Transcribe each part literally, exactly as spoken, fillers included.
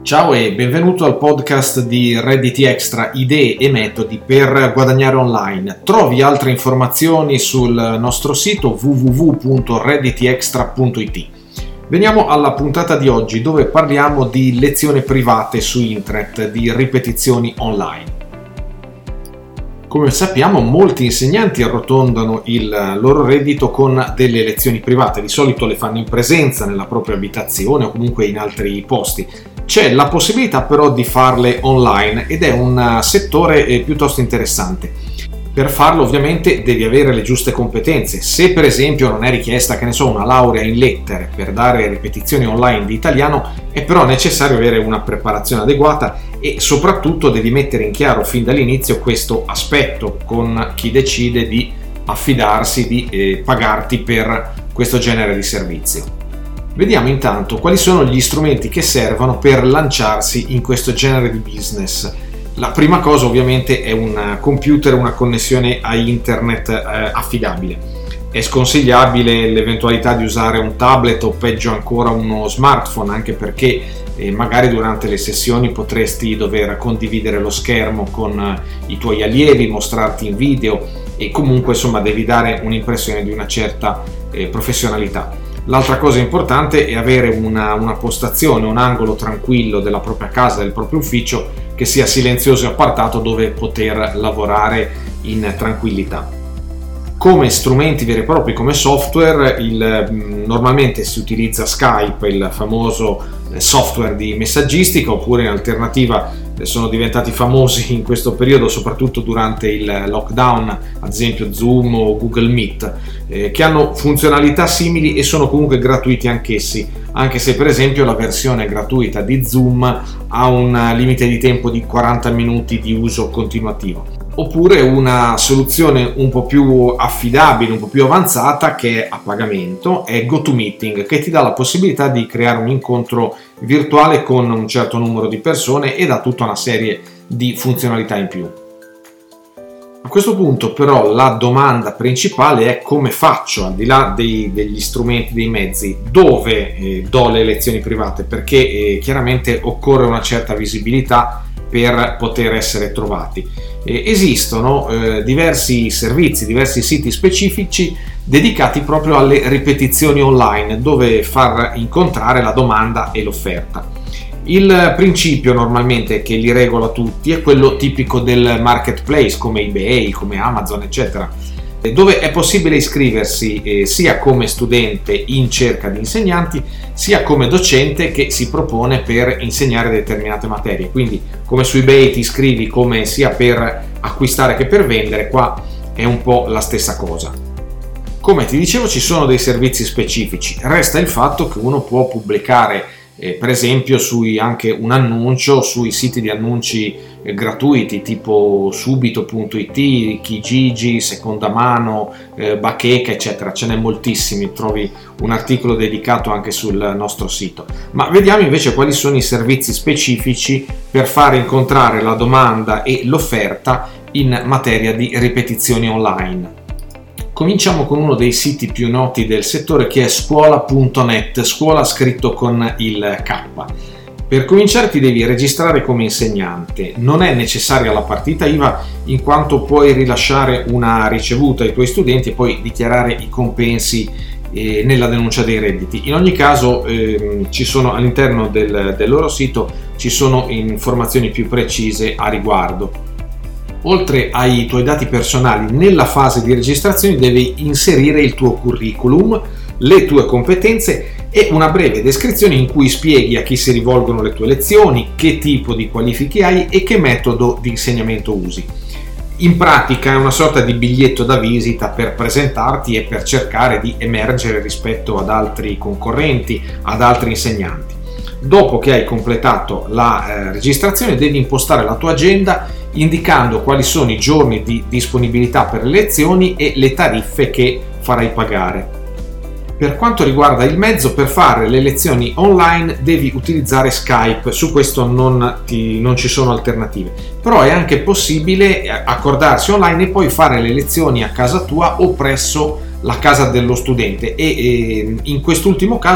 Ciao e benvenuto al podcast di Redditi Extra, idee e metodi per guadagnare online. Trovi altre informazioni sul nostro sito w w w punto redditi extra punto i t. Veniamo alla puntata di oggi dove parliamo di lezioni private su internet, di ripetizioni online. Come sappiamo, molti insegnanti arrotondano il loro reddito con delle lezioni private, di solito le fanno in presenza nella propria abitazione o comunque in altri posti. C'è la possibilità però di farle online ed è un settore piuttosto interessante. Per farlo ovviamente devi avere le giuste competenze. Se per esempio non è richiesta, che ne so, una laurea in lettere per dare ripetizioni online di italiano, è però necessario avere una preparazione adeguata e soprattutto devi mettere in chiaro fin dall'inizio questo aspetto con chi decide di affidarsi, di eh, pagarti per questo genere di servizio. Vediamo intanto quali sono gli strumenti che servono per lanciarsi in questo genere di business. La prima cosa ovviamente è un computer, una connessione a internet eh, affidabile. È sconsigliabile l'eventualità di usare un tablet o peggio ancora uno smartphone, anche perché eh, magari durante le sessioni potresti dover condividere lo schermo con eh, i tuoi allievi, mostrarti in video e comunque insomma devi dare un'impressione di una certa eh, professionalità. L'altra cosa importante è avere una, una postazione, un angolo tranquillo della propria casa, del proprio ufficio, che sia silenzioso e appartato dove poter lavorare in tranquillità. Come strumenti veri e propri, come software, il, normalmente si utilizza Skype, il famoso software di messaggistica, oppure in alternativa sono diventati famosi in questo periodo, soprattutto durante il lockdown, ad esempio Zoom o Google Meet, eh, che hanno funzionalità simili e sono comunque gratuiti anch'essi, anche se per esempio la versione gratuita di Zoom ha un limite di tempo di quaranta minuti di uso continuativo. Oppure una soluzione un po' più affidabile, un po' più avanzata, che è a pagamento, è GoToMeeting, che ti dà la possibilità di creare un incontro virtuale con un certo numero di persone e dà tutta una serie di funzionalità in più. A questo punto però la domanda principale è: come faccio, al di là dei, degli strumenti, dei mezzi, dove eh, do le lezioni private? Perché eh, chiaramente occorre una certa visibilità per poter essere trovati. Eh, esistono eh, diversi servizi, diversi siti specifici dedicati proprio alle ripetizioni online, dove far incontrare la domanda e l'offerta. Il principio normalmente che li regola tutti è quello tipico del marketplace, come eBay, come Amazon, eccetera, dove è possibile iscriversi eh, sia come studente in cerca di insegnanti, sia come docente che si propone per insegnare determinate materie. Quindi, come su eBay ti iscrivi come sia per acquistare che per vendere, qua è un po' la stessa cosa. Come ti dicevo, ci sono dei servizi specifici. Resta il fatto che uno può pubblicare Eh, per esempio sui, anche un annuncio sui siti di annunci eh, gratuiti tipo subito punto i t, Kijiji, Seconda Mano, eh, Bacheca, eccetera. Ce n'è moltissimi, trovi un articolo dedicato anche sul nostro sito. Ma vediamo invece quali sono i servizi specifici per fare incontrare la domanda e l'offerta in materia di ripetizioni online. Cominciamo con uno dei siti più noti del settore, che è scuola punto net, scuola scritto con il K. Per cominciare ti devi registrare come insegnante. Non è necessaria la partita I V A, in quanto puoi rilasciare una ricevuta ai tuoi studenti e poi dichiarare i compensi eh, nella denuncia dei redditi. In ogni caso eh, ci sono all'interno del, del loro sito ci sono informazioni più precise a riguardo. Oltre ai tuoi dati personali, nella fase di registrazione devi inserire il tuo curriculum, le tue competenze e una breve descrizione in cui spieghi a chi si rivolgono le tue lezioni, che tipo di qualifiche hai e che metodo di insegnamento usi. In pratica è una sorta di biglietto da visita per presentarti e per cercare di emergere rispetto ad altri concorrenti, ad altri insegnanti. Dopo che hai completato la eh, registrazione, devi impostare la tua agenda indicando quali sono i giorni di disponibilità per le lezioni e le tariffe che farai pagare. Per quanto riguarda il mezzo, per fare le lezioni online devi utilizzare Skype, su questo non, ti, non ci sono alternative, però è anche possibile accordarsi online e poi fare le lezioni a casa tua o presso la casa dello studente e, e in quest'ultimo caso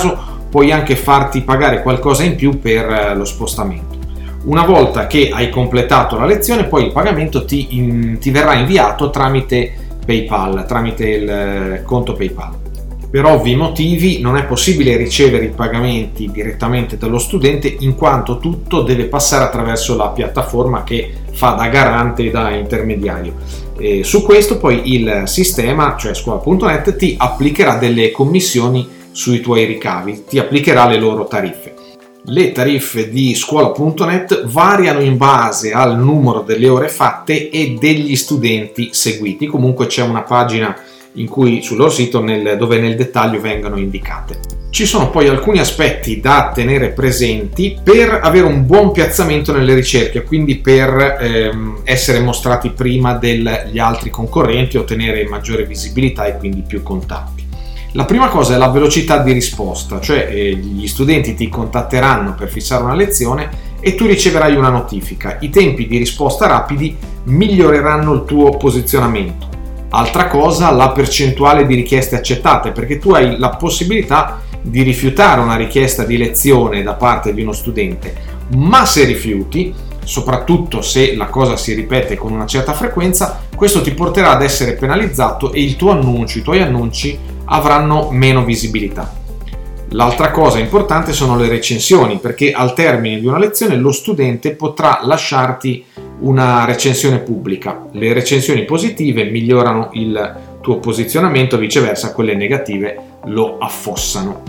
puoi anche farti pagare qualcosa in più per lo spostamento. Una volta che hai completato la lezione, poi il pagamento ti, in, ti verrà inviato tramite PayPal, tramite il conto PayPal. Per ovvi motivi non è possibile ricevere i pagamenti direttamente dallo studente, in quanto tutto deve passare attraverso la piattaforma che fa da garante e da intermediario. E su questo poi il sistema, cioè scuola punto net, ti applicherà delle commissioni sui tuoi ricavi, ti applicherà le loro tariffe. Le tariffe di scuola punto net variano in base al numero delle ore fatte e degli studenti seguiti. Comunque c'è una pagina in cui sul loro sito nel, dove nel dettaglio vengono indicate. Ci sono poi alcuni aspetti da tenere presenti per avere un buon piazzamento nelle ricerche, quindi per ehm, essere mostrati prima degli altri concorrenti, ottenere maggiore visibilità e quindi più contatti. La prima cosa è la velocità di risposta, cioè eh, gli studenti ti contatteranno per fissare una lezione e tu riceverai una notifica. I tempi di risposta rapidi miglioreranno il tuo posizionamento. Altra cosa, la percentuale di richieste accettate, perché tu hai la possibilità di rifiutare una richiesta di lezione da parte di uno studente, ma se rifiuti, soprattutto se la cosa si ripete con una certa frequenza, questo ti porterà ad essere penalizzato e il tuo annuncio, i tuoi annunci avranno meno visibilità. L'altra cosa importante sono le recensioni, perché al termine di una lezione lo studente potrà lasciarti una recensione pubblica. Le recensioni positive migliorano il tuo posizionamento, viceversa quelle negative lo affossano.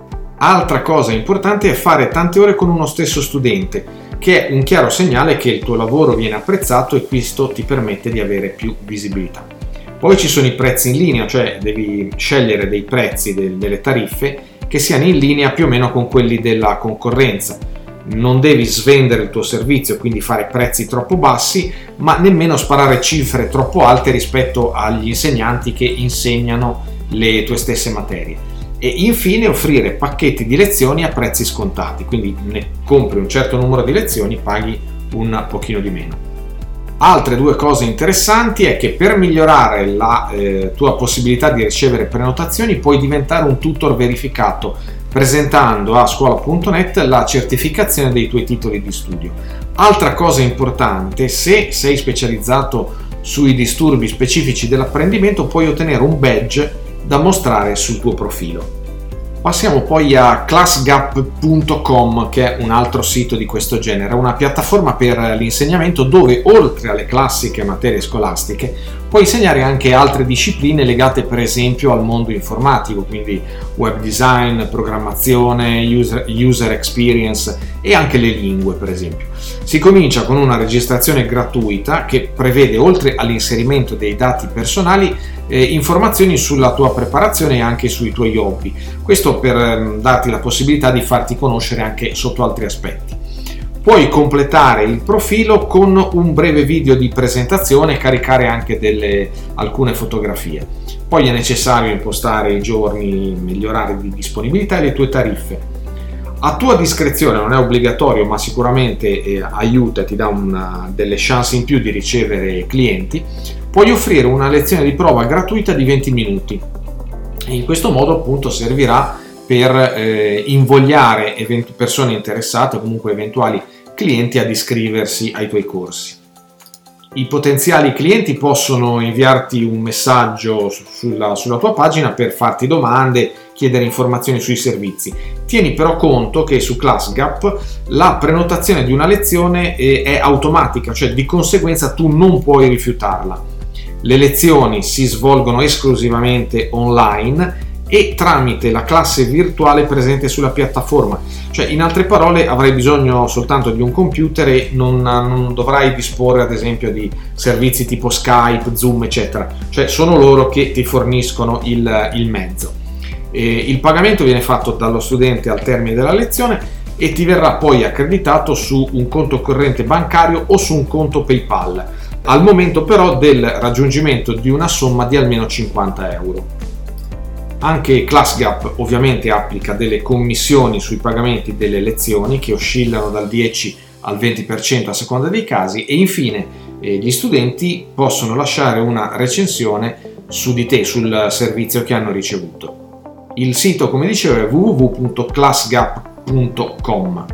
Altra cosa importante è fare tante ore con uno stesso studente, che è un chiaro segnale che il tuo lavoro viene apprezzato e questo ti permette di avere più visibilità. Poi ci sono i prezzi in linea, cioè devi scegliere dei prezzi, del, delle tariffe che siano in linea più o meno con quelli della concorrenza. Non devi svendere il tuo servizio, quindi fare prezzi troppo bassi, ma nemmeno sparare cifre troppo alte rispetto agli insegnanti che insegnano le tue stesse materie. E infine offrire pacchetti di lezioni a prezzi scontati, quindi ne compri un certo numero di lezioni, paghi un pochino di meno. Altre due cose interessanti è che per migliorare la eh, tua possibilità di ricevere prenotazioni puoi diventare un tutor verificato presentando a scuola punto net la certificazione dei tuoi titoli di studio. Altra cosa importante, se sei specializzato sui disturbi specifici dell'apprendimento puoi ottenere un badge da mostrare sul tuo profilo. Passiamo poi a classgap punto com, che è un altro sito di questo genere, una piattaforma per l'insegnamento dove oltre alle classiche materie scolastiche puoi insegnare anche altre discipline legate per esempio al mondo informatico, quindi web design, programmazione, user, user experience e anche le lingue per esempio. Si comincia con una registrazione gratuita che prevede oltre all'inserimento dei dati personali eh, informazioni sulla tua preparazione e anche sui tuoi hobby. Questo per eh, darti la possibilità di farti conoscere anche sotto altri aspetti. Puoi completare il profilo con un breve video di presentazione e caricare anche delle, alcune fotografie. Poi è necessario impostare i giorni, gli orari di disponibilità e le tue tariffe. A tua discrezione, non è obbligatorio, ma sicuramente eh, aiuta, ti dà una, delle chance in più di ricevere clienti. Puoi offrire una lezione di prova gratuita di venti minuti e in questo modo appunto servirà per eh, invogliare event- persone interessate o comunque eventuali clienti ad iscriversi ai tuoi corsi. I potenziali clienti possono inviarti un messaggio sulla, sulla tua pagina per farti domande, chiedere informazioni sui servizi. Tieni però conto che su ClassGap la prenotazione di una lezione è automatica, cioè di conseguenza tu non puoi rifiutarla. Le lezioni si svolgono esclusivamente online e tramite la classe virtuale presente sulla piattaforma, cioè in altre parole avrai bisogno soltanto di un computer e non, non dovrai disporre ad esempio di servizi tipo Skype, Zoom eccetera, cioè sono loro che ti forniscono il, il mezzo. E il pagamento viene fatto dallo studente al termine della lezione e ti verrà poi accreditato su un conto corrente bancario o su un conto PayPal, al momento però del raggiungimento di una somma di almeno cinquanta euro. Anche ClassGap ovviamente applica delle commissioni sui pagamenti delle lezioni che oscillano dal dieci al venti per cento a seconda dei casi e infine eh, gli studenti possono lasciare una recensione su di te, sul servizio che hanno ricevuto. Il sito, come dicevo, è w w w punto classgap punto com.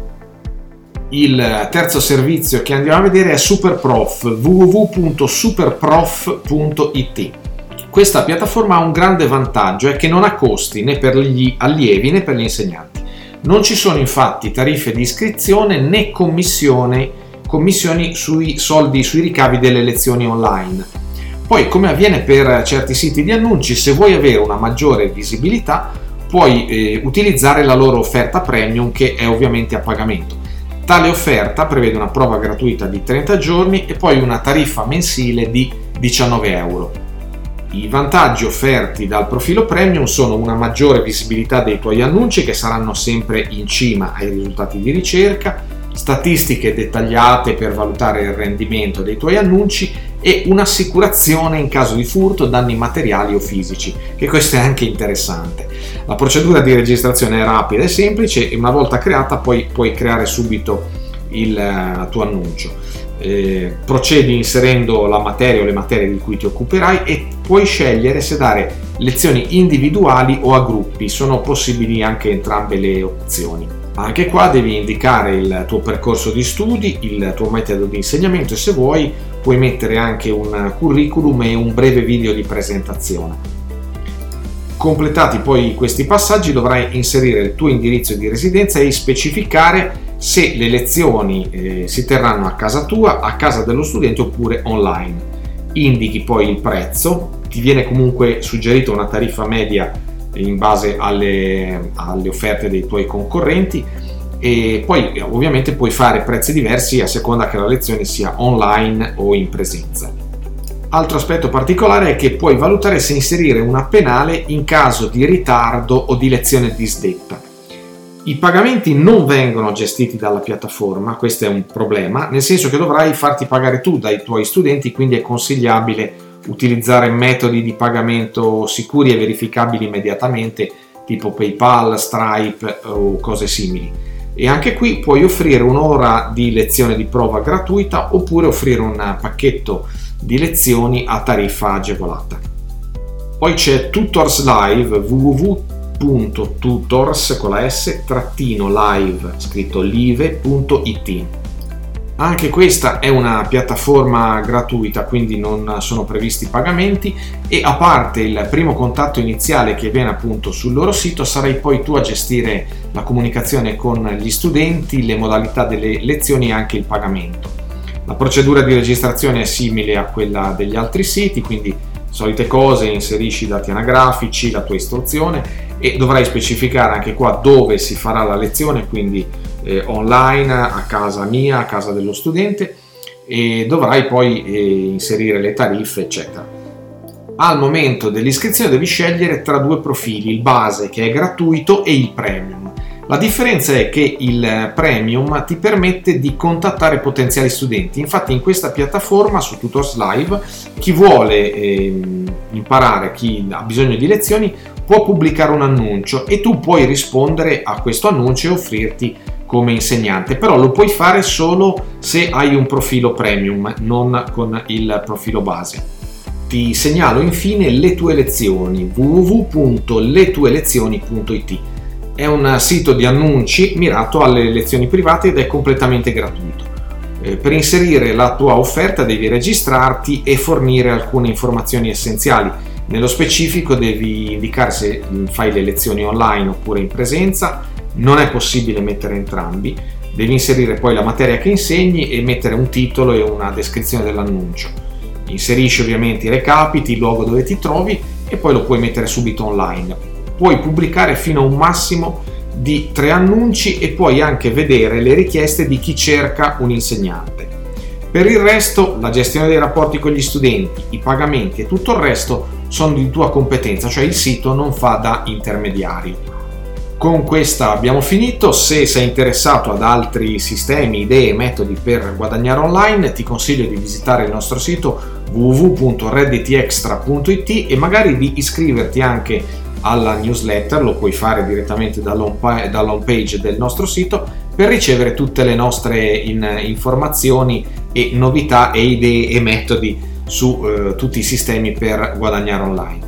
Il terzo servizio che andiamo a vedere è SuperProf, w w w punto superprof punto i t. Questa piattaforma ha un grande vantaggio, è che non ha costi né per gli allievi né per gli insegnanti. Non ci sono infatti tariffe di iscrizione né commissione, commissioni sui soldi, sui ricavi delle lezioni online. Poi, come avviene per certi siti di annunci, se vuoi avere una maggiore visibilità puoi eh, utilizzare la loro offerta premium, che è ovviamente a pagamento. Tale offerta prevede una prova gratuita di trenta giorni e poi una tariffa mensile di diciannove euro. I vantaggi offerti dal profilo premium sono una maggiore visibilità dei tuoi annunci, che saranno sempre in cima ai risultati di ricerca, statistiche dettagliate per valutare il rendimento dei tuoi annunci e un'assicurazione in caso di furto, danni materiali o fisici, che questo è anche interessante. La procedura di registrazione è rapida e semplice e una volta creata poi puoi creare subito il uh, tuo annuncio. Eh, procedi inserendo la materia o le materie di cui ti occuperai e puoi scegliere se dare lezioni individuali o a gruppi. Sono possibili anche entrambe le opzioni. Anche qua devi indicare il tuo percorso di studi, il tuo metodo di insegnamento e se vuoi puoi mettere anche un curriculum e un breve video di presentazione. Completati poi questi passaggi dovrai inserire il tuo indirizzo di residenza e specificare se le lezioni eh, si terranno a casa tua, a casa dello studente oppure online. Indichi poi il prezzo, ti viene comunque suggerita una tariffa media in base alle, alle offerte dei tuoi concorrenti e poi ovviamente puoi fare prezzi diversi a seconda che la lezione sia online o in presenza. Altro aspetto particolare è che puoi valutare se inserire una penale in caso di ritardo o di lezione disdetta. I pagamenti non vengono gestiti dalla piattaforma, questo è un problema, nel senso che dovrai farti pagare tu dai tuoi studenti, quindi è consigliabile utilizzare metodi di pagamento sicuri e verificabili immediatamente, tipo PayPal, Stripe o cose simili. E anche qui puoi offrire un'ora di lezione di prova gratuita oppure offrire un pacchetto di lezioni a tariffa agevolata. Poi c'è Tutors Live, w w w punto tutors con la s trattino live scritto live punto i t. Anche questa è una piattaforma gratuita, quindi non sono previsti pagamenti e a parte il primo contatto iniziale che viene appunto sul loro sito, sarai poi tu a gestire la comunicazione con gli studenti, le modalità delle lezioni e anche il pagamento. La procedura di registrazione è simile a quella degli altri siti, quindi solite cose, inserisci i dati anagrafici, la tua istruzione e dovrai specificare anche qua dove si farà la lezione, quindi eh, online, a casa mia, a casa dello studente, e dovrai poi eh, inserire le tariffe eccetera. Al momento dell'iscrizione devi scegliere tra due profili, il base che è gratuito e il premium. La differenza è che il premium ti permette di contattare potenziali studenti, infatti in questa piattaforma su Tutors Live chi vuole eh, imparare, chi ha bisogno di lezioni può pubblicare un annuncio e tu puoi rispondere a questo annuncio e offrirti come insegnante, però lo puoi fare solo se hai un profilo premium, non con il profilo base. Ti segnalo infine le tue lezioni, w w w punto le tue lezioni punto i t. È un sito di annunci mirato alle lezioni private ed è completamente gratuito. Eh, per inserire la tua offerta devi registrarti e fornire alcune informazioni essenziali. Nello specifico devi indicare se fai le lezioni online oppure in presenza, non è possibile mettere entrambi, devi inserire poi la materia che insegni e mettere un titolo e una descrizione dell'annuncio. Inserisci ovviamente i recapiti, il luogo dove ti trovi e poi lo puoi mettere subito online. Puoi pubblicare fino a un massimo di tre annunci e puoi anche vedere le richieste di chi cerca un insegnante. Per il resto, la gestione dei rapporti con gli studenti, i pagamenti e tutto il resto sono di tua competenza, cioè il sito non fa da intermediario. Con questa abbiamo finito. Se sei interessato ad altri sistemi, idee e metodi per guadagnare online, ti consiglio di visitare il nostro sito w w w punto redditextra punto i t e magari di iscriverti anche alla newsletter, lo puoi fare direttamente dall'home page del nostro sito per ricevere tutte le nostre in, informazioni e novità e idee e metodi su eh, tutti i sistemi per guadagnare online.